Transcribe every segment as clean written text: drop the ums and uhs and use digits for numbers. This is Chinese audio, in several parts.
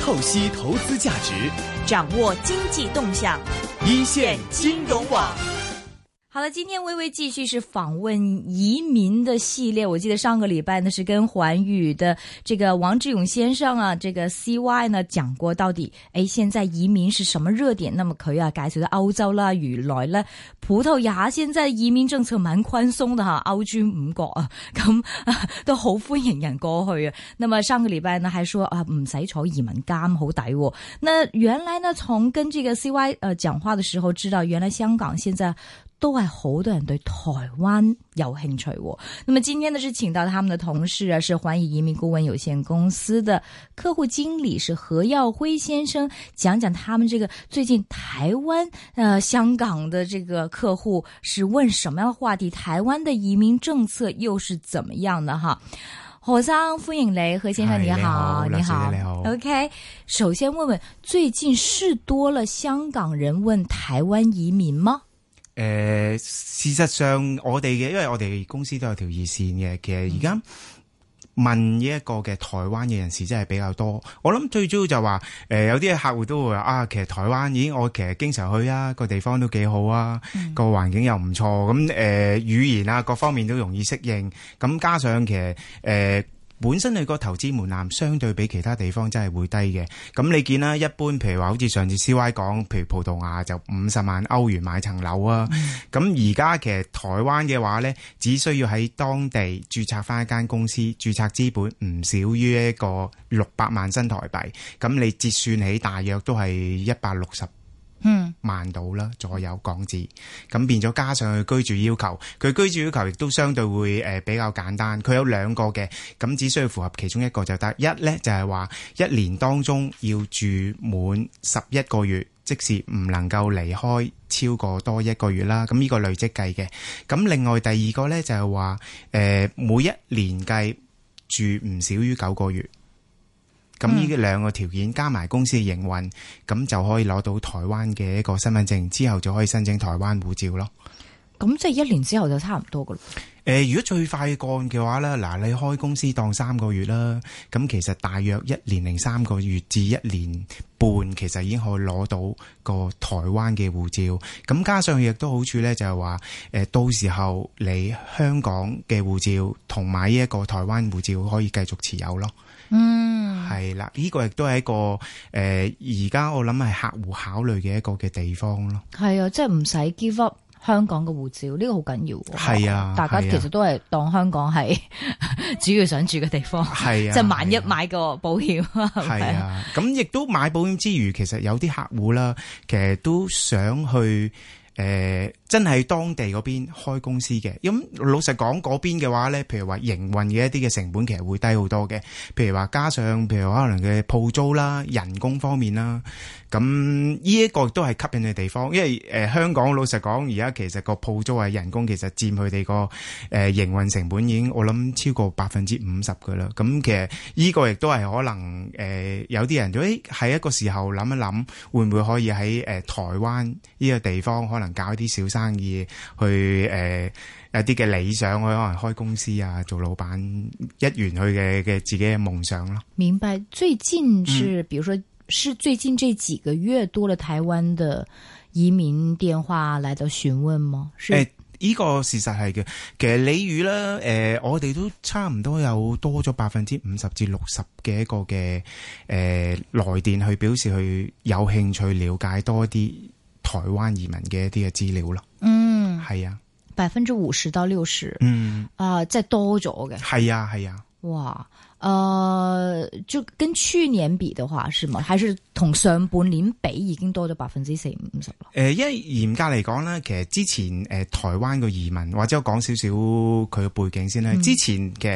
透析投资价值， 掌握经济动向， 一线金融网。 好了，今天微微继续是访问移民的系列。我记得上个禮拜呢是跟環宇的這個王志勇先生啊，這個 CY 呢講過到底現在移民是什麼熱點。那麼佢啊介紹咗歐洲啦，原來呢葡萄牙現在移民政策蠻寬鬆的哈，歐豬5國啊，咁都好歡迎人過去啊。那麼上個禮拜呢還說啊唔使坐移民監好抵喎。那原來呢從跟這個 CY 講話的時候知道，原來香港現在都係好多人對台灣有興趣喎。那麼今天呢是請到他們的同事啊，是環宇移民顧問有限公司的客戶經理是何耀輝先生，講講他們這個最近台灣香港的這個客戶是問什麼樣的話題，台灣的移民政策又是怎麼樣的哈。何生歡迎你，何先生你好， 你好。 OK， 首先問問最近是多了香港人問台灣移民嗎？ 事實上我哋嘅，因為我哋公司都有條熱線嘅，其實而家問呢一個嘅台灣嘅人士真係比較多。我諗最主要就話有啲客戶都會話啊，其實台灣我其實經常去啊，個地方都幾好啊，個環境又唔錯，咁語言啊各方面都容易適應，咁加上其實本身你個投資門檻相對比其他地方真係會低嘅，咁你見啦，一般譬如話好似上次 CY 講，譬如葡萄牙就50萬歐元買層樓啊，咁而家其實台灣嘅話呢，只需要喺當地註冊翻一間公司，註冊資本唔少於一個600萬新台幣，咁你折算起大約都係160萬到啦左右港紙，咁變咗加上佢居住要求，佢居住要求亦都相對會比較簡單，佢有2個嘅，咁只需要符合其中一個就得。一呢就係話1年當中要住滿11個月，即是唔能夠離開超過多1個月啦，咁呢個累積計嘅。咁另外第2個呢就係話每1年計住唔少於9個月。咁呢2個條件加埋公司嘅營運，咁就可以攞到台灣嘅一個身份證，之後就可以申請台灣護照咯。 咁即係1年之後就差唔多噶啦。 如果最快幹嘅話咧，嗱你開公司當3個月啦，咁其實大約1年零3個月至1年半，其實已經可以攞到個台灣嘅護照。咁加上亦都好處咧，就係話到時候你香港嘅護照同埋呢一個台灣護照可以繼續持有咯。係啦，呢個亦都係一個而家我諗係客戶考慮嘅一個嘅地方咯。係啊，即係唔使 give up 香港嘅護照，呢個好緊要。 係啊， 大家其實都係當香港係主要想住嘅地方。係啊，即係萬一買個保險。 係啊，咁亦都買保險之餘，其實有啲客戶啦，其實都想去真係當地嗰邊開公司嘅，咁老實講嗰邊嘅話咧，譬如話營運嘅一啲嘅成本其實會低好多嘅，譬如話加上譬如可能嘅鋪租啦、人工方面啦，咁呢一個都係吸引嘅地方，因為香港老實講而家其實個鋪租啊、人工其實佔佢哋個營運成本已經我諗超過50%㗎啦，咁其實呢個亦都係可能有啲人就喺一個時候諗一諗，會唔會可以喺台灣呢個地方可能搞一啲小生意去有啲嘅理想，可能開公司啊，做老闆，一圓佢嘅自己嘅夢想咯。 明白。最近是，比如說是最近這幾個月多了台灣的移民電話來到詢問嗎？ 呢個事實係嘅，其實鯉魚啦，我哋都差唔多有多咗50%至60%嘅一個嘅來電去表示佢有興趣了解多啲台灣移民嘅一啲嘅資料咯。係啊，50%到60%，即係多咗嘅。係啊，係啊。 哇，就跟去年比的話，是嗎？還是同上半年比已經多咗40%-50%啦？ 因為嚴格嚟講咧，其實之前台灣個移民，或者我講少少佢嘅背景先啦。之前嘅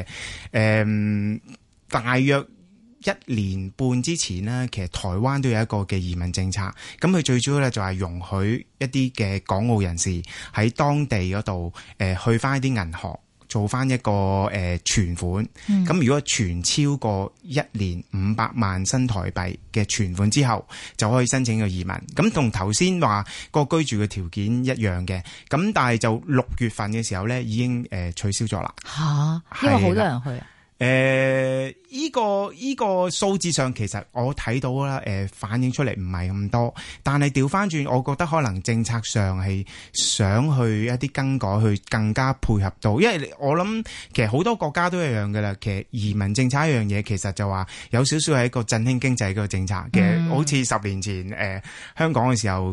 大約1年半之前呢，其實台灣都有一個嘅移民政策，咁佢最主要咧就係容許一啲嘅港澳人士喺當地嗰度去翻一啲銀行做翻一個存款，咁如果存超過1年500萬新台幣嘅存款之後，就可以申請個移民。咁同頭先話個居住嘅條件一樣嘅，咁但係就6月份嘅時候咧已經取消咗啦。 嚇，因為好多人去啊。 依個數字上其實我睇到啦，反映出嚟唔係咁多，但係調翻轉，我覺得可能政策上係想去一啲更改，去更加配合到，因為我諗其實好多國家都一樣㗎啦。其實移民政策一樣嘢，其實就話有少少係一個振興經濟嘅政策嘅，好似10年前香港嘅時候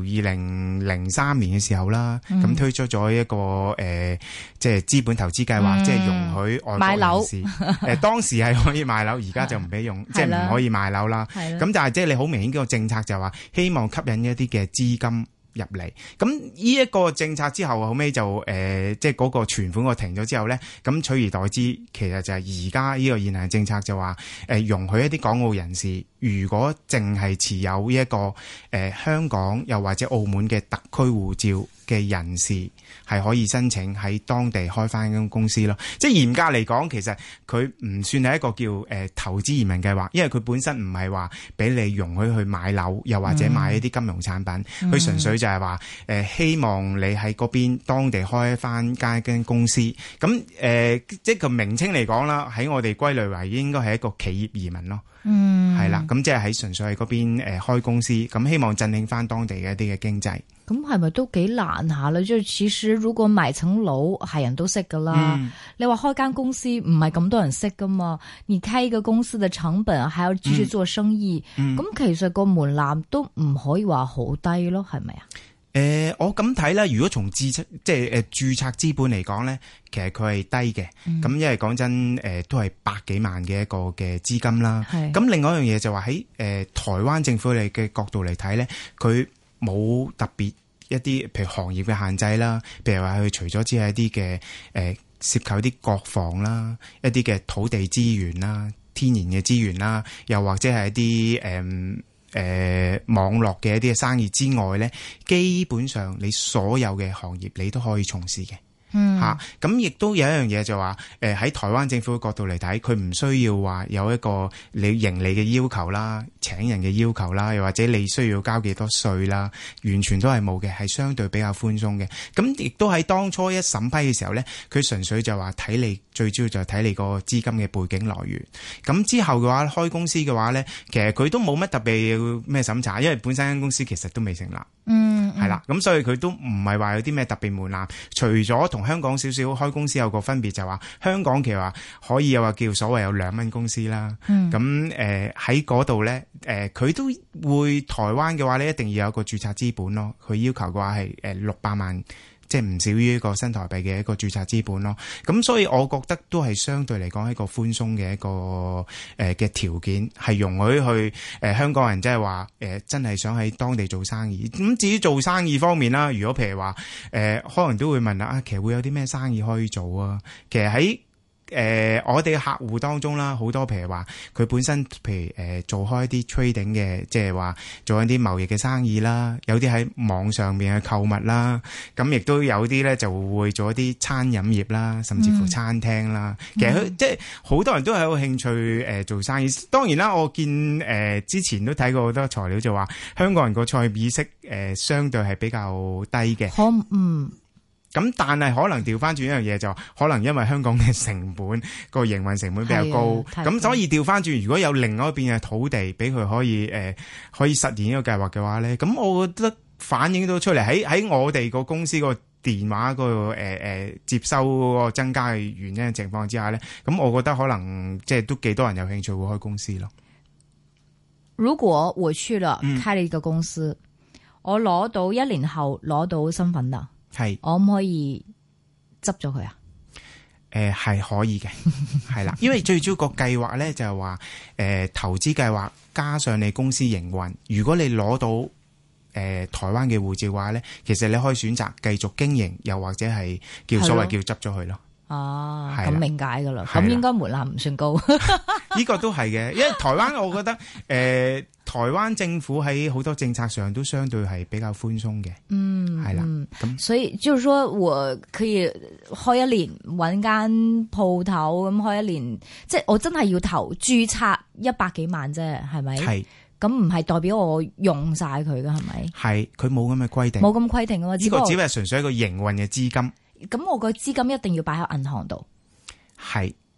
，2003年嘅時候啦，咁推出咗一個即係資本投資計劃，即係容許外國人士當時係可以買樓，而家就唔俾用，即係唔可以買樓啦。咁但係即係你好明顯嗰個政策就話希望吸引一啲嘅資金入嚟。咁呢一個政策之後，後尾就即係嗰個存款個停咗之後咧，咁取而代之，其實就係而家呢個現行政策就話容許一啲港澳人士，如果淨係持有呢一個香港又或者澳門嘅特區護照嘅人士，係可以申請喺當地開翻間公司咯。即係嚴格嚟講，其實佢唔算係一個叫投資移民計劃，因為佢本身唔係話俾你容許去買樓，又或者買一啲金融產品，佢純粹就係話希望你喺嗰邊當地開翻間公司。咁即係個名稱嚟講啦，喺我哋歸類為應該係一個企業移民咯。係啦，咁即係喺純粹喺嗰邊開公司，咁希望振興翻當地嘅一啲嘅經濟。 咁係咪都幾難下咧？即係其實如果買層樓係人都識噶啦，你話開間公司唔係咁多人識噶嘛？你開一個公司嘅成本，還要繼續做生意，咁其實個門檻都唔可以話好低咯，係咪啊？ 我咁睇咧，如果從註冊資本嚟講咧，其實佢係低嘅。咁因為講真，都係百幾萬嘅一個嘅資金啦。咁另外一樣嘢就話喺台灣政府嚟嘅角度嚟睇咧，佢冇特別一啲譬如行業嘅限制啦，譬如話佢除咗只係一啲嘅涉及一啲國防啦、一啲嘅土地資源啦、天然嘅資源啦，又或者係一啲網絡嘅一啲嘅生意之外咧，基本上你所有嘅行業你都可以從事嘅。咁亦都有一樣嘢就話，喺台灣政府嘅角度嚟睇，佢唔需要話有一個你盈利嘅要求啦、請人嘅要求啦，又或者你需要交幾多稅啦，完全都係冇嘅，係相對比較寬鬆嘅。咁亦都喺當初一審批嘅時候咧，佢純粹就話睇你，最主要就係睇你個資金嘅背景來源。咁之後嘅話，開公司嘅話咧，其實佢都冇乜特別咩審查，因為本身間公司其實都未成立。係啦，咁所以佢都唔係話有啲咩特別門檻，除咗同香港少少開公司有個分別，就話香港其實話可以有話叫所謂有2蚊公司啦。咁喺嗰度咧，佢都會台灣嘅話咧，一定要有一個註冊資本咯。佢要求嘅話係600萬。即係唔少於一個新台幣嘅一個註冊資本咯，咁所以我覺得都係相對嚟講一個寬鬆嘅一個嘅條件，係容許去香港人即係話真係想喺當地做生意。咁至於做生意方面啦，如果譬如話可能都會問啦，其實會有啲咩生意可以做啊？其實喺我哋嘅客戶當中啦，好多譬如話佢本身譬如做開啲 trading 嘅，即係話做一啲貿易嘅生意啦，有啲喺網上面嘅購物啦，咁亦都有啲咧就會做一啲餐飲業啦，甚至乎餐廳啦。其實即係好多人都係有興趣做生意。當然啦，我見之前都睇過好多材料，就話香港人個創業意識相對係比較低嘅。咁但係可能調翻轉一樣嘢，就可能因為香港嘅成本個營運成本比較高，咁所以調翻轉，如果有另外一邊嘅土地俾佢可以實現呢個計劃嘅話咧，咁我覺得反映到出嚟喺我哋個公司個電話個接收嗰個增加嘅原因嘅情況之下咧，咁我覺得可能即係都幾多人有興趣會開公司咯。 如果我去了開了一個公司，我攞到1年後攞到身份啦。係，我唔可以執咗佢啊？ 係可以嘅，係啦，因為最主要個計劃咧就係話，投資計劃加上你公司營運，如果你攞到台灣嘅護照嘅話咧，其實你可以選擇繼續經營，又或者係所謂叫執咗佢咯。 哦，咁明解噶啦，咁應該門檻唔算高。 呢個都係嘅，因為台灣我覺得台灣政府喺好多政策上都相對係比較寬鬆嘅。係啦，咁所以就是說我可以開一年搵間鋪頭咁開一年，即係我真係要註冊100幾萬啫，係咪？係。咁唔係代表我用晒佢噶，係咪？係，佢冇咁嘅規定，冇咁規定啊嘛。呢個只係純粹一個營運嘅資金。咁我個資金一定要擺喺銀行度。係。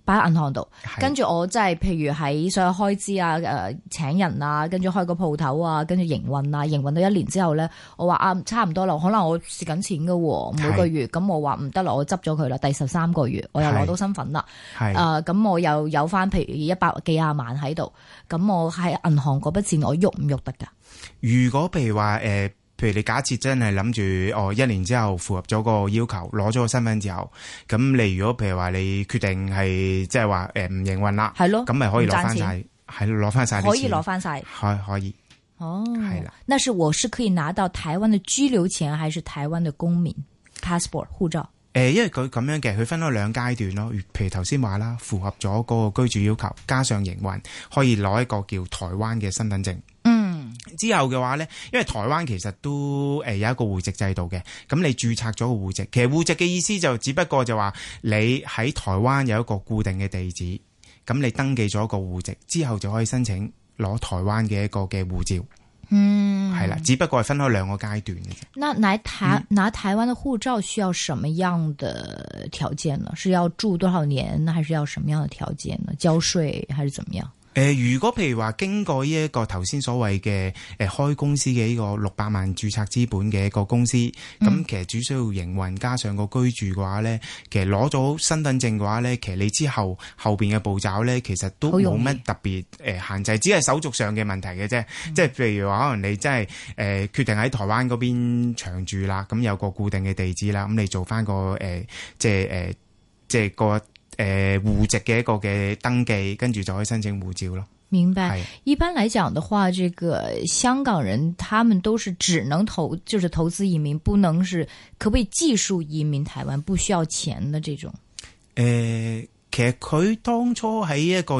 擺喺銀行度，跟住我即係譬如喺所有開支啊、請人啊，跟住開個鋪頭啊，跟住營運啊，營運到1年之後咧，我話差唔多啦，可能我蝕緊錢㗎喎，每個月，咁我話唔得啦，我執咗佢啦，第13個月我又攞到身份啦，咁我又有翻譬如100幾廿萬喺度，咁我喺銀行嗰筆錢我喐唔喐得㗎？如果譬如話譬如你假設真係諗住1年之後符合咗個要求，攞咗個身份之後，咁你如果譬如話你決定係即係話唔營運啦，係咯，咁咪可以攞翻晒，係攞翻晒，可以攞翻晒，可以。哦，係啦。那是我是可以拿到台灣的居留權，還是台灣的公民 passport 護照？因為佢咁樣嘅，佢分咗2階段咯。譬如頭先話啦，符合咗嗰個居住要求，加上營運，可以攞一個叫台灣嘅身份證。之後嘅話咧，因為台灣其實都有一個戶籍制度嘅，咁你註冊咗個戶籍，其實戶籍嘅意思就只不過就話你喺台灣有一個固定嘅地址，咁你登記咗個戶籍之後就可以申請攞台灣嘅一個嘅護照。係啦，只不過係分開2個階段嘅。那拿台灣的護照需要什麼樣的條件呢？是要住多少年，還是要什麼樣的條件呢？交稅還是怎麼樣？如果譬如話經過呢一個頭先所謂嘅開公司嘅呢個600萬註冊資本嘅一個公司，咁其實只需要營運加上個居住嘅話咧，其實攞咗身份證嘅話咧，其實你之後邊嘅步驟咧，其實都冇乜特別限制，只係手續上嘅問題嘅啫。即係譬如話可能你真係決定喺台灣嗰邊長住啦，咁有個固定嘅地址啦，咁你做翻個即係個戶籍嘅一個嘅登記，跟住就可以申請護照咯。明白。一般來講的話，這個香港人他們都是只能投資移民，不能是可不可以技術移民台灣，不需要錢的這種？其實佢當初喺一個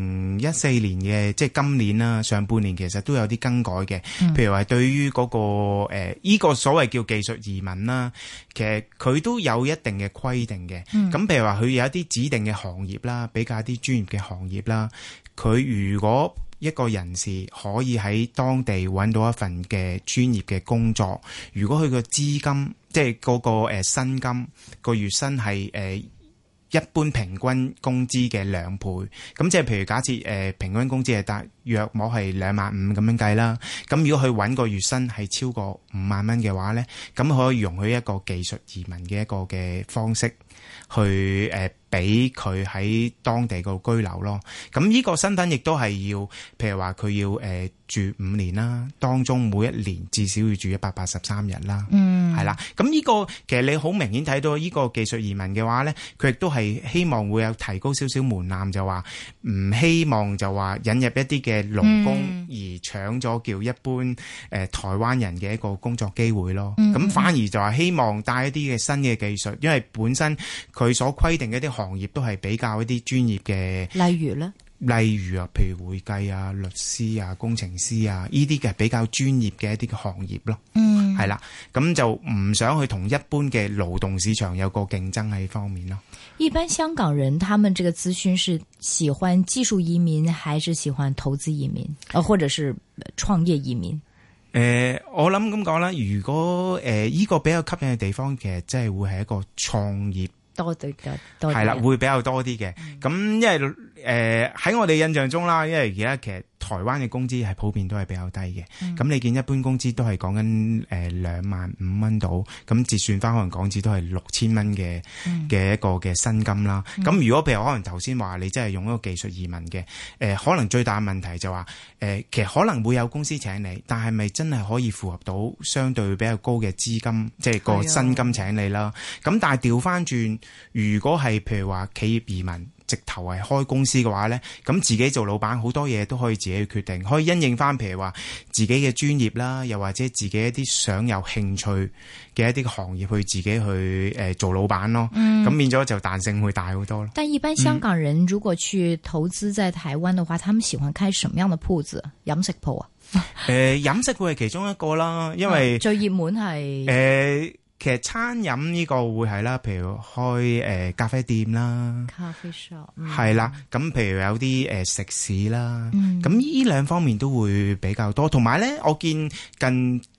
2014年嘅即係今年啦，上半年其實都有啲更改嘅。譬如話對於嗰個呢個所謂叫技術移民啦，其實佢都有一定嘅規定嘅。咁譬如話佢有一啲指定嘅行業啦，比較一啲專業嘅行業啦，佢如果一個人士可以喺當地揾到一份嘅專業嘅工作，如果佢個資金即係嗰個薪金個月薪係一般平均工資嘅2倍，咁即係譬如假設平均工資係大約摸係25000咁樣計啦。咁如果佢揾個月薪係超過5萬蚊嘅話咧，咁可以容許一個技術移民嘅一個嘅方式去俾佢喺當地個居留咯。咁呢個身份亦都係要，譬如話佢要住5年啦，當中每1年至少要住183日啦。係啦。咁呢個其實你好明顯睇到呢個技術移民嘅話咧，佢亦都係希望會有提高少少門檻，就話唔希望就話引入一啲嘅勞工而搶咗叫一般台灣人嘅一個工作機會咯。咁反而就係希望帶一啲嘅新嘅技術，因為本身佢所規定嘅一啲行業都係比較一啲專業嘅。例如啊，譬如會計啊、律師啊、工程師啊，呢啲嘅比較專業嘅一啲嘅行業咯。係啦，咁就唔想去同一般嘅勞動市場有個競爭喺方面咯。一般香港人，他們這個諮詢是喜歡技術移民，還是喜歡投資移民，或者是創業移民？我諗咁講啦，如果呢個比較吸引嘅地方，其實真係會係一個創業。多啲係啦，會比較多啲嘅。咁因為喺我哋印象中啦，因為而家其實台灣嘅工資係普遍都係比較低嘅。咁你見一般工資都係講緊25000蚊到，咁折算翻可能港紙都係6000蚊嘅一個嘅薪金啦。咁如果譬如可能頭先話你真係用一個技術移民嘅，可能最大嘅問題就話其實可能會有公司請你，但係咪真係可以符合到相對比較高嘅資金，即係個薪金請你啦？咁但係調翻轉，如果係譬如話企業移民，直頭係開公司嘅話咧，咁自己做老闆好多嘢都可以自己去決定，可以因應翻譬如話自己嘅專業啦，又或者自己一啲想有興趣嘅一啲行業去自己去做老闆咯。咁變咗就彈性會大好多咯。但一般香港人如果去投資在台灣嘅話，他們喜歡開什麼樣的鋪子？飲食鋪啊？飲食鋪係其中一個啦，因為最熱門係其實餐飲呢個會係啦，譬如開咖啡店啦，咖啡 shop 係啦，咁譬如有啲食肆啦，咁呢2方面都會比較多。同埋咧，我見近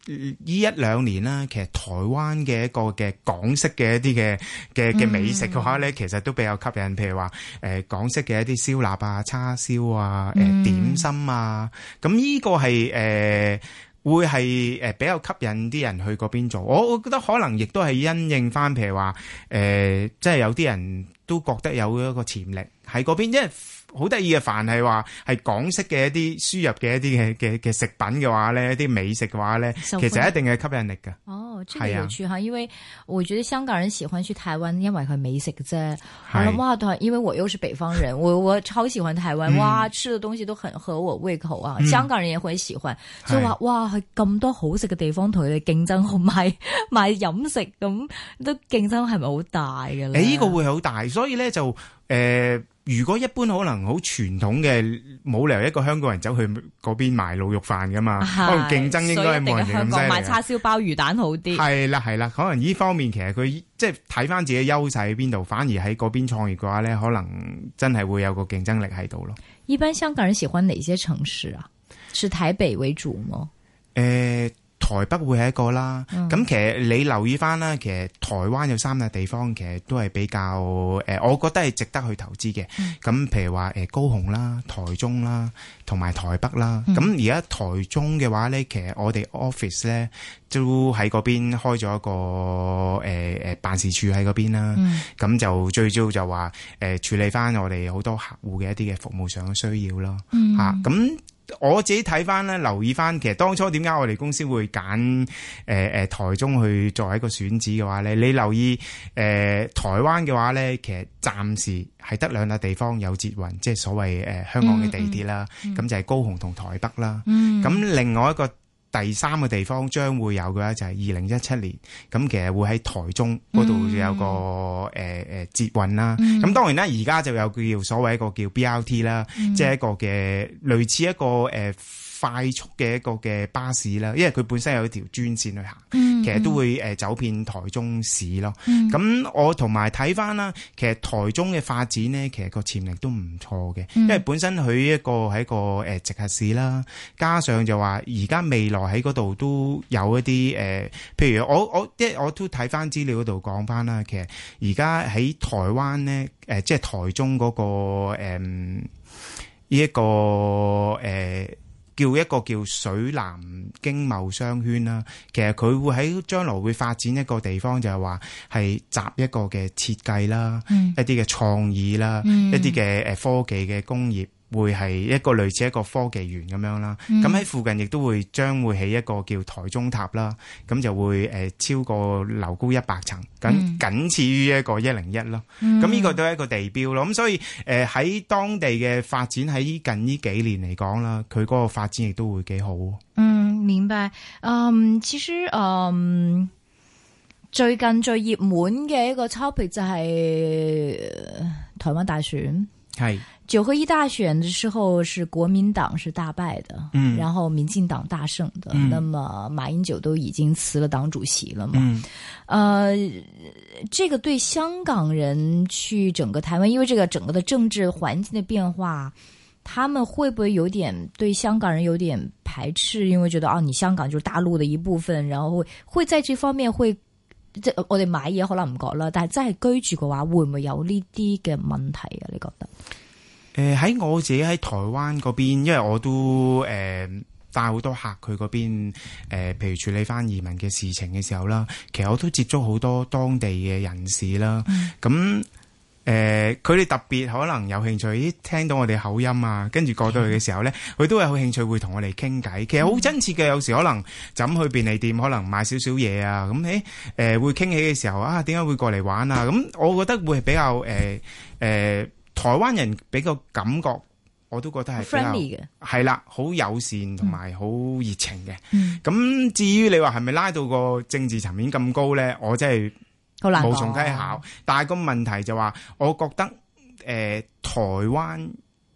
呢一兩年啦，其實台灣嘅一個嘅港式嘅一啲嘅美食嘅話咧，其實都比較吸引。譬如話港式嘅一啲燒臘啊、叉燒啊、點心啊，咁呢個係會係比較吸引啲人去嗰邊做。我覺得可能亦都係因應翻，譬如話即係有啲人都覺得有一個潛力喺嗰邊，因為好得意嘅，凡係話係港式嘅一啲輸入嘅一啲嘅食品嘅話咧，一啲美食嘅話咧，其實一定係吸引力㗎。 哦，這個有趣哈，因為我覺得香港人喜歡去台灣，因為佢美食啫。我諗哇，對，因為我又是北方人，我超喜歡台灣，哇，吃的東西都很合我胃口啊。香港人也會喜歡，所以話哇，去咁多好食嘅地方同佢哋競爭，賣飲食咁，都競爭係咪好大嘅咧？ 呢個會好大，所以咧就如果一般可能好傳統嘅，冇理由一個香港人走去嗰邊賣滷肉飯噶嘛，可能競爭應該係冇人咁犀利。香港賣叉燒包魚蛋好啲。係啦，可能呢方面其實佢即係睇翻自己優勢喺邊度，反而喺嗰邊創業嘅話咧，可能真係會有個競爭力喺度咯。 一般香港人喜歡哪些城市啊？是台北為主嗎？ 台北會係一個啦，咁其實你留意翻啦，其實台灣有3笪地方，其實都係比較我覺得係值得去投資嘅。咁譬如話高雄啦、台中啦，同埋台北啦。咁而家台中嘅話咧，其實我哋 office 咧都喺嗰邊開咗一個辦事處喺嗰邊啦。咁就最主要就話處理翻我哋好多客戶嘅一啲嘅服務上嘅需要咯。咁我自己睇翻咧，留意翻，其實當初點解我哋公司會揀台中去作為一個選址嘅話咧，你留意台灣嘅話咧，其實暫時係得2笪地方有捷運，即係所謂香港嘅地鐵啦，咁就係高雄同台北啦。咁另外一個第3個地方將會有嘅話就係2017年，咁其實會喺台中嗰度有個捷運啦。咁當然啦，而家就有叫所謂一個叫 BRT 啦，即係一個嘅類似一個快速嘅一個嘅巴士啦，因為佢本身有一條專線去行，其實都會走遍台中市咯。咁我同埋睇翻啦，其實台中嘅發展呢，其實個潛力都唔錯嘅，因為本身佢一個係一個直轄市啦，加上就話而家未來喺嗰度都有一啲譬如我都睇翻資料嗰度講翻啦，其實而家喺台灣呢，即係台中嗰個呢一個叫一個叫水南經貿商圈啦，其實佢會喺將來會發展一個地方，就係話係集一個嘅設計啦，一啲嘅創意啦，一啲嘅科技嘅工業，會係一個類似一個科技園咁樣啦。咁喺附近亦都會將會起一個叫台中塔啦，咁就會超過樓高100層，僅次於一個101咯。咁呢個都係一個地標咯。咁所以喺當地嘅發展喺近呢幾年嚟講啦，佢嗰個發展亦都會幾好。 明白。其實最近最熱門嘅一個 topic 就係台灣大選。 係。 9合1大選的時候是國民黨是大敗的，然後民進黨大勝的，那麼馬英九都已經辭了黨主席了嘛。這個對香港人去整個台灣，因為這個整個的政治環境的變化，他們會不會有點對香港人有點排斥？因為覺得你香港就是大陸的一部分，然後會在這方面會，即係我哋買嘢可能唔覺啦，但係真係居住嘅話，會唔會有呢啲嘅問題啊？你覺得？ 喺我自己喺台灣嗰邊，因為我都帶好多客去嗰邊，譬如處理翻移民嘅事情嘅時候啦，其實我都接觸好多當地嘅人士啦。咁佢哋特別可能有興趣，聽到我哋口音啊，跟住過到去嘅時候咧，佢都有興趣會同我哋傾偈。其實好真切嘅，有時可能就咁去便利店，可能買少少嘢啊，咁會傾起嘅時候啊，點解會過嚟玩啊？咁我覺得會係比較台灣人俾個感覺，我都覺得係比較 friendly 嘅，係啦，好友善同埋好熱情嘅。咁至於你話係咪拉到個政治層面咁高咧，我真係無從稽考。但係個問題就話，我覺得台灣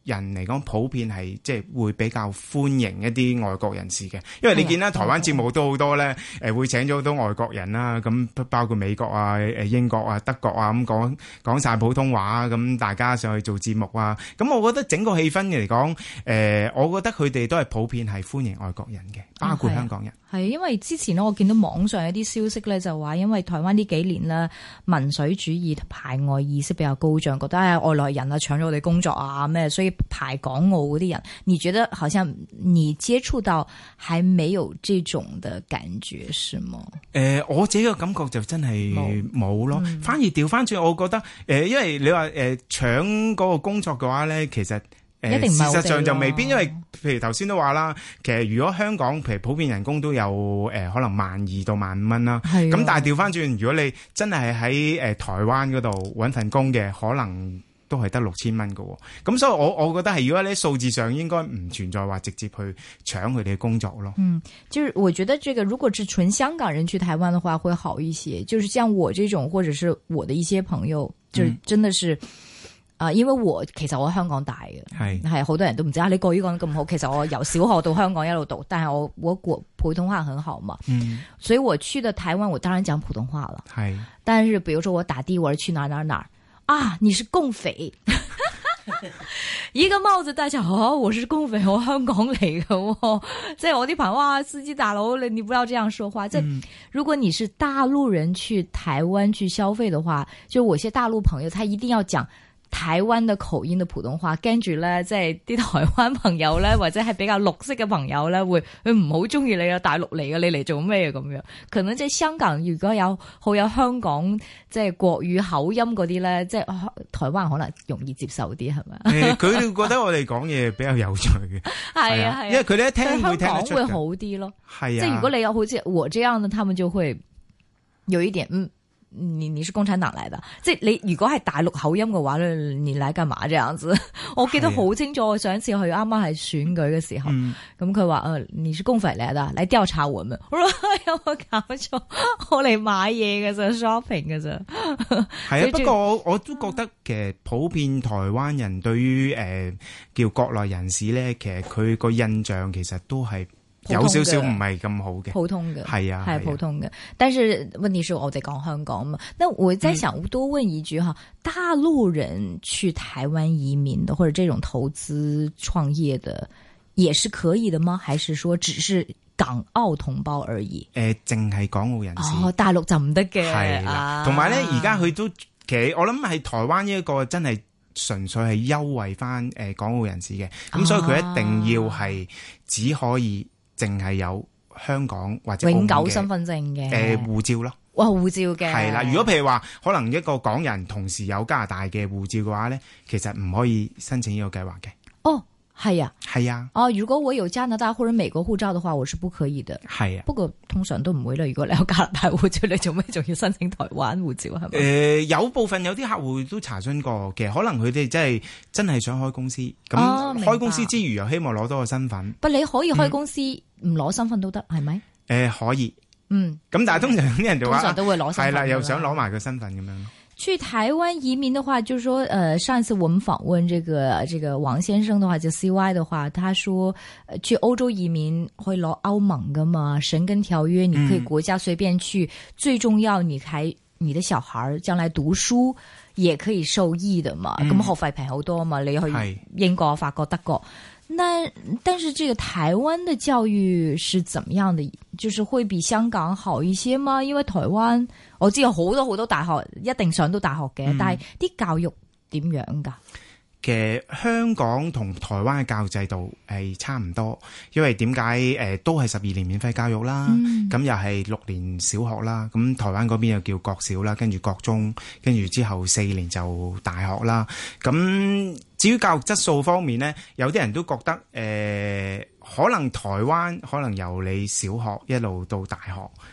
人嚟講，普遍係即係會比較歡迎一啲外國人士嘅，因為你見啦，台灣節目都好多咧，會請咗好多外國人啦，咁包括美國啊、英國啊、德國啊咁講晒普通話，咁大家上去做節目啊，咁我覺得整個氣氛嚟講，我覺得佢哋都係普遍係歡迎外國人嘅，包括香港人。 係因為之前咧，我見到網上有啲消息咧，就話因為台灣呢幾年咧民粹主義排外意識比較高漲，覺得係外來人啊搶咗我哋工作啊咩，所以排港澳嗰啲人，你覺得好像你接觸到還沒有這種的感覺是嗎？ 我自己嘅感覺就真係冇咯，反而調翻轉，我覺得因為你話搶嗰個工作嘅話咧，其實事實上就未必，因為譬如頭先都話啦，其實如果香港譬如普遍人工都有可能12,000到15,000蚊啦，咁但係調翻轉，如果你真係喺台灣嗰度揾份工嘅，可能都係得6,000蚊嘅，咁所以我覺得係如果你數字上應該唔存在話直接去搶佢哋嘅工作咯。 就是我覺得這個如果是純香港人去台灣的話會好一些，就是像我這種或者是我的一些朋友，就真的是。因為其實我喺香港大嘅，係好多人都唔知你國語講得咁好。其實我由小學到香港一路讀，但係我普通話很好嘛，所以我去的台灣，我當然講普通話了。係，但是比如說我打的，我是去哪啊？你是共匪，一個帽子戴起，我是共匪，我香港嚟嘅，即係我啲朋友話司機大佬，你不要這樣說話。即係如果你是大陸人去台灣去消費的話，就我些大陸朋友，他一定要講台灣的口音的普通話，跟住咧，即係啲台灣朋友咧，或者係比較綠色嘅朋友咧，會佢唔好中意你啊，大陸嚟嘅，你嚟做咩咁樣？可能即係香港如果有好有香港即係國語口音嗰啲咧，即係台灣可能容易接受啲，係咪？佢哋覺得我哋講嘢比較有趣嘅，係啊，因為佢哋一聽會聽得出嘅，香港會好啲咯。係啊， 即係如果你有好似我這樣嘅，他們就會有一點你是共產黨嚟的，即係你如果係大陸口音嘅話咧，你嚟幹嘛這樣子？我記得好清楚，我上一次去啱啱係選舉嘅時候，咁佢話你是共匪嚟的，嚟調查我們。我說有冇搞錯？我嚟買嘢嘅啫 ，shopping 嘅啫。 係啊，不過我都覺得其實普遍台灣人對於叫國內人士咧，其實佢個印象其實都係有少少唔係咁好嘅，普通嘅，係啊，係普通嘅。但是問題是我哋講香港嘛，那我在想多問一句哈，大陸人去台灣移民的或者這種投資創業的也是可以的嗎？還是說只是港澳同胞而已？ 淨係港澳人士， 大陸就唔得嘅。係啦，同埋咧，而家佢都其實我諗係台灣呢一個真係純粹係優惠翻港澳人士嘅，咁所以佢一定要係只可以。淨係有香港或者永久身份證嘅護照咯。 哇，護照嘅係啦。如果譬如話可能一個港人同時有加拿大嘅護照嘅話咧，其實唔可以申請呢個計劃嘅。 哦，係啊， 係啊。 如果我有加拿大或者美國護照嘅話，我是不可以的。係啊，不過通常都唔會啦。如果你有加拿大護照，你做咩仲要申請台灣護照係咪？有部分有啲客戶都查詢過嘅，可能佢哋真係想開公司，咁開公司之餘又希望攞多個身份。 不，你可以開公司唔攞身份都得，係咪？ 可以。咁但係通常啲人就話， 通常都會攞身份。 係啦，又想攞埋個身份咁樣。 去台灣移民的話，就是說，上一次我們訪問這個王先生的話，就 CY 的話，他說，去歐洲移民會攞歐盟噶嘛，申根條約，你可以國家隨便去，最重要你的小孩將來讀書也可以受益的嘛，咁學費平好多嘛，你去英國、法國、德國。但是這個台灣的教育是怎麼樣的？就是會比香港好一些嗎？因為台灣我知有好多大學一定上到大學嘅，但係啲教育點樣㗎？ 其實香港同台灣嘅教育制度係差唔多，因為點解都係12年免費教育啦，咁又係6年小學啦，咁台灣嗰邊又叫國小啦，跟住國中，跟住之後4年就大學啦。咁至於教育質素方面呢，有啲人都覺得可能台灣可能由你小學一路到大學，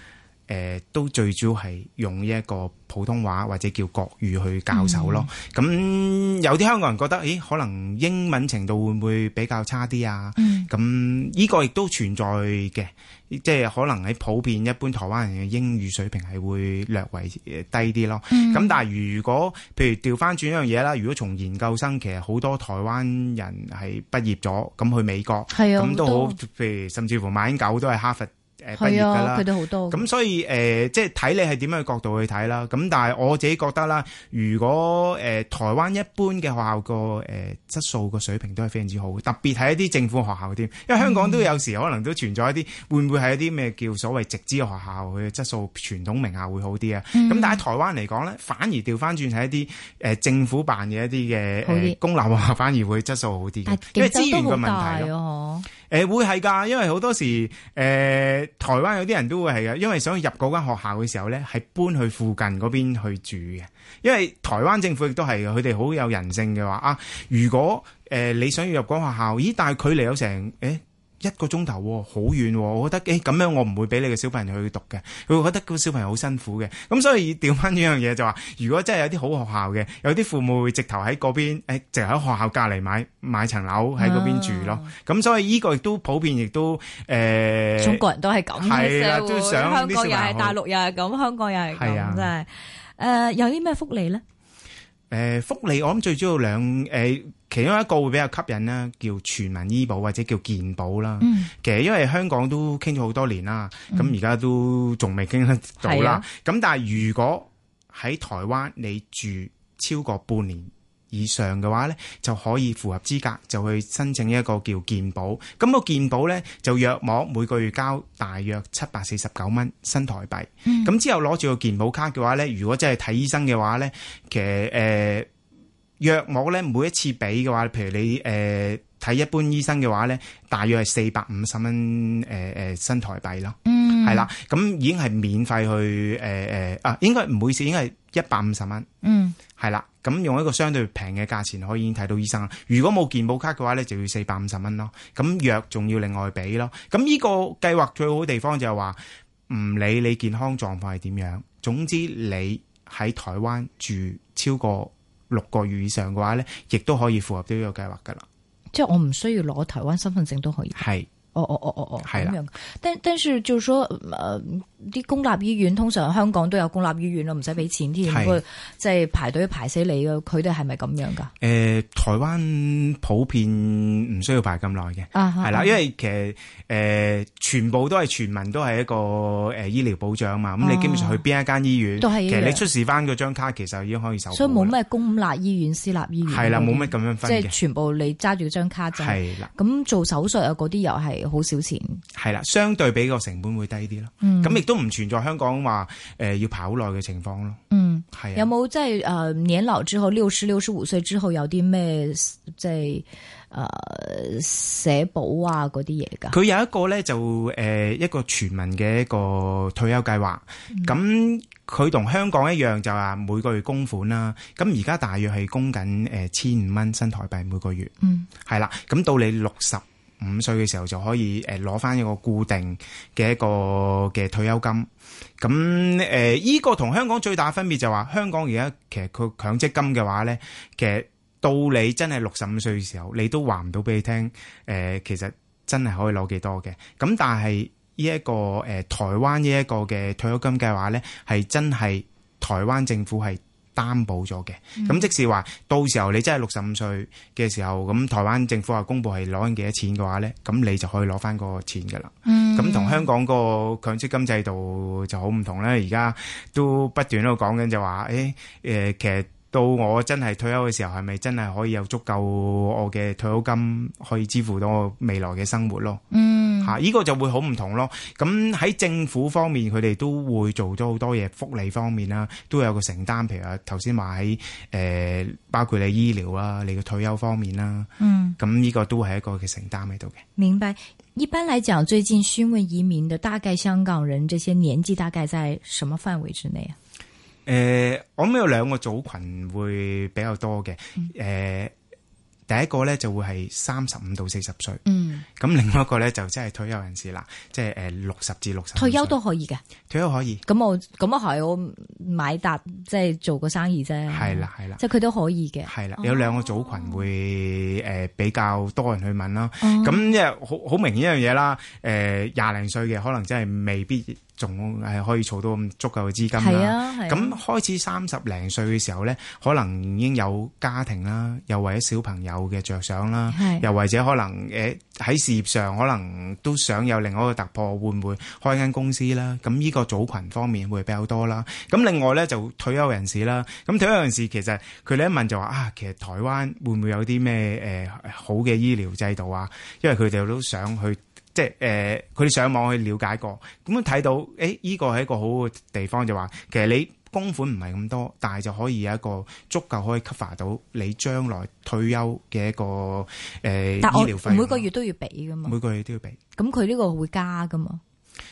都最主要係用一個普通話或者叫國語去教授咯。咁、有啲香港人覺得，可能英文程度會唔會比較差啲啊？咁呢個亦都存在嘅，即係可能喺普遍一般台灣人嘅英語水平係會略為低啲咯。咁、但係如果譬如調翻轉一樣嘢啦，如果從研究生，其實好多台灣人係畢業咗，咁去美國，咁都好，譬如甚至乎馬英九都係哈佛畢業㗎啦， 佢都好多。 咁所以即係睇你係點樣嘅角度去睇啦。咁但係我自己覺得啦，如果台灣一般嘅學校個質素個水平都係非常之好，特別係一啲政府學校添，因為香港都有時可能都存在一啲會唔會係一啲咩叫所謂直資學校佢嘅質素傳統名校會好啲啊？咁但係喺台灣嚟講咧，反而調翻轉係一啲政府辦嘅一啲嘅公立學校反而會質素好啲嘅，因為資源嘅問題咯。會係㗎，因為好多時台灣有啲人都會係嘅，因為想入嗰間學校嘅時候咧，係搬去附近嗰邊去住嘅。因為台灣政府亦都係嘅，佢哋好有人性嘅話啊，如果你想要入嗰間學校，但係距離有成1個鐘頭，好遠，我覺得咁樣我唔會俾你嘅小朋友去讀嘅，佢會覺得個小朋友好辛苦嘅。咁所以調翻呢樣嘢就話，如果真係有啲好學校嘅，有啲父母會直頭喺嗰邊，直頭喺學校隔離買層樓喺嗰邊住咯。咁所以呢個亦都普遍，亦都中國人都係咁嘅社會， 都想香港又係，大陸又係咁，香港又係咁，真係。有啲咩福利咧？ 福利我諗最主要其中一個會比較吸引啦，叫全民醫保或者叫健保啦。其實因為香港都傾咗好多年啦，咁而家都仲未傾得到啦。咁但係如果喺台灣你住超過半年以上嘅話咧，就可以符合資格，就去申請一個叫健保。咁個健保咧就約莫每個月交大約749蚊新台幣。咁之後攞住個健保卡嘅話咧，如果真係睇醫生嘅話咧，其實約莫咧每一次俾嘅話，譬如你睇一般醫生嘅話咧，大約係450蚊新台幣咯。係啦，咁已經係免費去應該唔好意思，應該係150蚊。係啦，咁用一個相對平嘅價錢可以已經睇到醫生啦。如果冇健保卡嘅話咧，就要450蚊咯。咁藥仲要另外俾咯。咁呢個計劃最好嘅地方就係話，唔理你健康狀況係點樣，總之你喺台灣住超過6個月以上嘅話咧，亦都可以符合到呢個計劃噶啦。 即係我唔需要攞台灣身份證都可以。係。係咁樣。但是就是說，啲公立醫院通常香港都有公立醫院咯，唔使俾錢添，即係排隊排死你嘅。佢哋係咪咁樣噶？ 台灣普遍唔需要排咁耐嘅，係啦，因為其實全部都係全民都係一個醫療保障嘛。咁你基本上去邊一間醫院，其實你出示翻嗰張卡，其實已經可以手。所以冇咩公立醫院、私立醫院。 係啦，冇咩咁樣分嘅。 即係全部你揸住張卡就係啦。咁做手術啊，嗰啲又係好少錢。係啦，相對比個成本會低啲咯。咁亦都唔存在香港話要排好耐嘅情況咯。係。 有冇即係年老之後60、65歲之後有啲咩即係社保啊嗰啲嘢㗎？ 佢有一個咧就一個全民嘅一個退休計劃。咁佢同香港一樣就話每個月供款啦。咁而家大約係供緊1500蚊新台幣每個月。係啦。咁到你65歲嘅時候就可以攞翻一個固定嘅一個嘅退休金。咁依個同香港最大分別就話，香港而家其實佢強積金嘅話咧，其實到你真係65歲嘅時候，你都話唔到俾你聽，其實真係可以攞幾多嘅。咁但係呢一個台灣呢一個嘅退休金計劃咧，係真係台灣政府係擔保咗嘅。咁即是話到時候你真係65歲嘅時候，咁台灣政府話公布係攞緊幾多錢嘅話咧，咁你就可以攞翻個錢噶啦。咁同香港個強積金制度就好唔同啦。而家都不斷喺度講緊就話，其實到我真係退休嘅時候，係咪真係可以有足夠我嘅退休金可以支付到我未來嘅生活咯？呢個就會好唔同咯。咁喺政府方面，佢哋都會做咗好多嘢，福利方面啦，都有個承擔。譬如話頭先話喺包括你醫療啦，你嘅退休方面啦。咁呢個都係一個嘅承擔喺度嘅。 明白。一般來講，最近詢問移民的大概香港人，這些年紀大概在什麼範圍之內啊？我諗有兩個組群會比較多嘅。 第一個咧就會係35到40歲，咁另外一個咧就真係退休人士啦，即係60至65歲。 退休都可以嘅， 退休可以。 咁啊係我買笪即係做個生意啫。係啦，即係佢都可以嘅。係啦， 有兩個組群會比較多人去問啦。咁因為好明顯一樣嘢啦，廿零歲嘅可能真係未必仲係可以儲到咁足夠嘅資金啦。咁開始30零歲嘅時候咧，可能已經有家庭啦，又為咗小朋友嘅着想啦，又或者可能喺事業上可能都想有另外一個突破，會唔會開間公司啦？咁呢個組群方面會比較多啦。咁另外咧就退休人士啦。咁退休人士其實佢哋一問就話其實台灣會唔會有啲咩好嘅醫療制度啊？因為佢哋都想去。即係佢哋上網去了解過，咁睇到呢個係一個好嘅地方，就話其實你供款唔係咁多，但係就可以有一個足夠可以 cover 到你將來退休嘅一個醫療費。 每個月都要俾噶嘛？每個月都要俾。咁佢呢個會加噶嘛？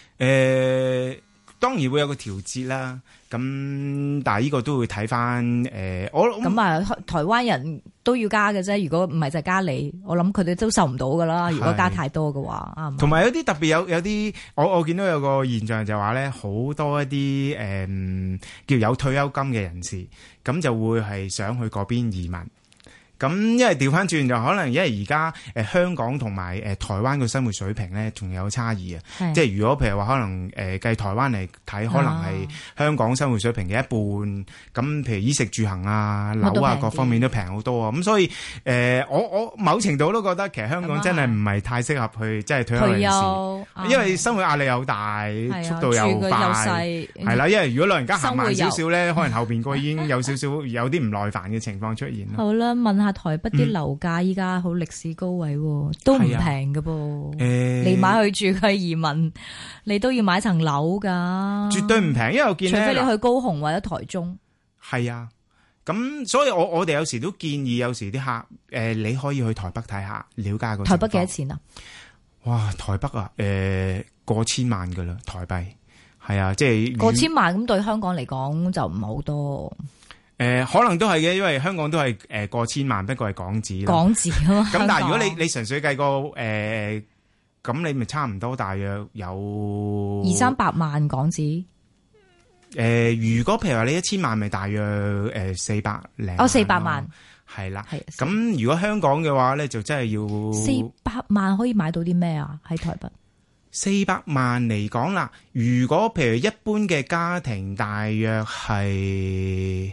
當然會有個調節啦，咁但係呢個都會睇翻我咁啊，台灣人都要加嘅啫。如果唔係就加你，我諗佢哋都受唔到噶啦。如果加太多嘅話，啱。同埋有啲特別有啲，我見到有個現象就話咧，好多一啲叫有退休金嘅人士，咁就會係想去嗰邊移民。咁因為調翻轉就可能因為而家香港同埋台灣嘅生活水平咧，仲有差異啊。即係如果譬如話可能計台灣嚟睇，可能係香港生活水平嘅一半。咁譬如衣食住行啊、樓啊各方面都平好多啊。咁所以我某程度都覺得其實香港真係唔係太適合去即係退休人士，因為生活壓力又大，速度又快，係啦。因為如果老人家行慢少少咧，可能後邊個已經有少少有啲唔耐煩嘅情況出現啦。 好啦，問下台北啲樓價依家好歷史高位，都唔平㗎噃。你買去住佢移民，你都要買層樓噶， 絕對唔平。因為我見咧， 除非你去高雄或者台中。 係啊，咁所以我哋有時都建議，有時啲客你可以去台北睇下，了解個台北幾多錢啊？ 哇，台北啊，過千萬噶啦，台幣係啊，即係過千萬咁對香港嚟講就唔係好多。 可能都係嘅，因為香港都係過千萬，不過係港紙啦。港紙咯。咁但係如果你純粹計個咁你咪差唔多，大約有 200-300萬港紙。 如果譬如話你1000萬，咪大約400零。 400萬。係啦。咁如果香港嘅話咧，就真係要 400萬可以買到啲咩啊？喺台北。 400萬嚟講啦，如果譬如一般嘅家庭，大約係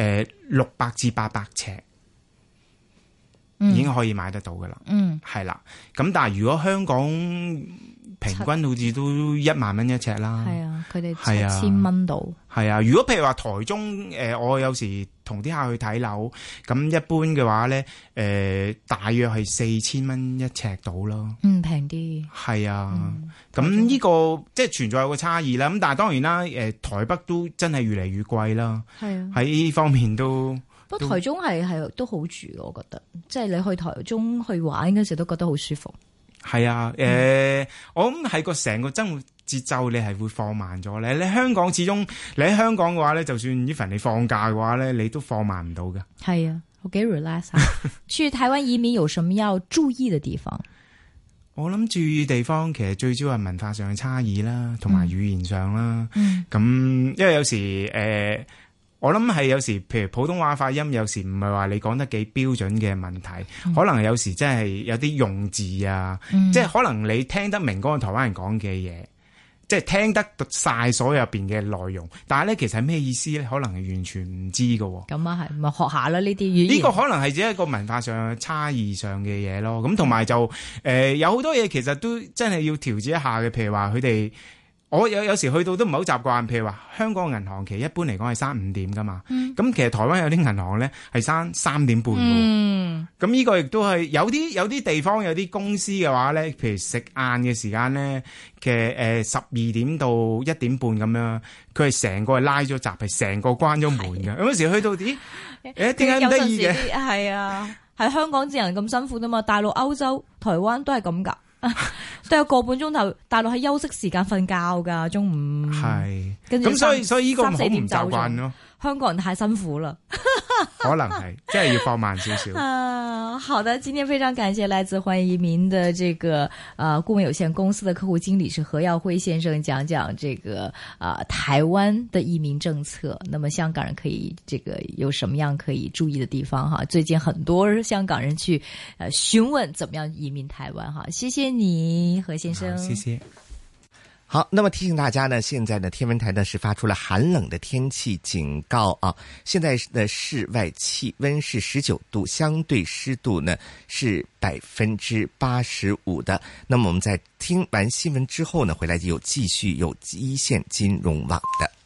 600至800尺，已經可以買得到噶啦。係啦。咁但係如果香港平均好似都1萬蚊一尺啦。係啊，佢哋7000蚊度。係啊，如果譬如話台中我有時同啲客去睇樓，咁一般嘅話咧，大約係4000蚊一尺到咯。 平啲。係啊，咁呢個即係存在有個差異啦。咁但係當然啦，台北都真係越嚟越貴啦。係啊，喺呢方面都。 不過台中係都好住，我覺得，即係你去台中去玩嗰時都覺得好舒服。 係啊，我諗係個成個生活節奏你係會放慢咗咧。你香港始終你喺香港嘅話咧，就算呢份你放假嘅話咧，你都放慢唔到㗎。 係啊，我幾 relax 啊。去台灣移民有什麼要注意嘅地方？ 我諗注意地方其實最主要係文化上嘅差異啦，同埋語言上啦。咁因為有時我諗係有時，譬如普通話發音，有時唔係話你講得幾標準嘅問題，可能有時真係有啲用字啊，即係可能你聽得明嗰個台灣人講嘅嘢，即係聽得晒所有入邊嘅內容，但係咧其實係咩意思咧？可能係完全唔知㗎。咁啊係，咪學下啦呢啲語言。呢個可能係只係一個文化上差異上嘅嘢咯。咁同埋就有好多嘢其實都真係要調節一下嘅，譬如話佢哋。我有時去到都唔係好習慣，譬如話香港銀行其實一般嚟講係閂5點噶嘛，咁其實台灣有啲銀行咧係閂3點半嘅，咁呢個亦都係有啲地方有啲公司嘅話咧，譬如食晏嘅時間咧，其實12點到1點半咁樣，佢係成個係拉咗閘，係成個關咗門嘅。有時去到點解咁得意嘅？ 係啊，係香港人咁辛苦啫嘛，大陸、歐洲、台灣都係咁噶。都有個半鐘頭，大陸喺休息時間瞓覺噶，中午係，跟住咁所以呢個好唔習慣咯。 香港人太辛苦了。 可能係，即係要放慢少少。 好的，今天非常感謝來自環移民的這個顧問有限公司的客戶經理是何耀輝先生，講講這個台灣的移民政策。那麼香港人可以這個有什麼樣可以注意的地方哈？最近很多香港人去詢問怎麼樣移民台灣哈。謝謝你，何先生。 謝謝。 好，那麼提醒大家呢，現在呢天文台呢是發出了寒冷的天氣警告啊。現在的室外氣溫是19度，相對濕度呢是85%的。那麼我們在聽完新聞之後呢，回來就繼續有一線金融網的。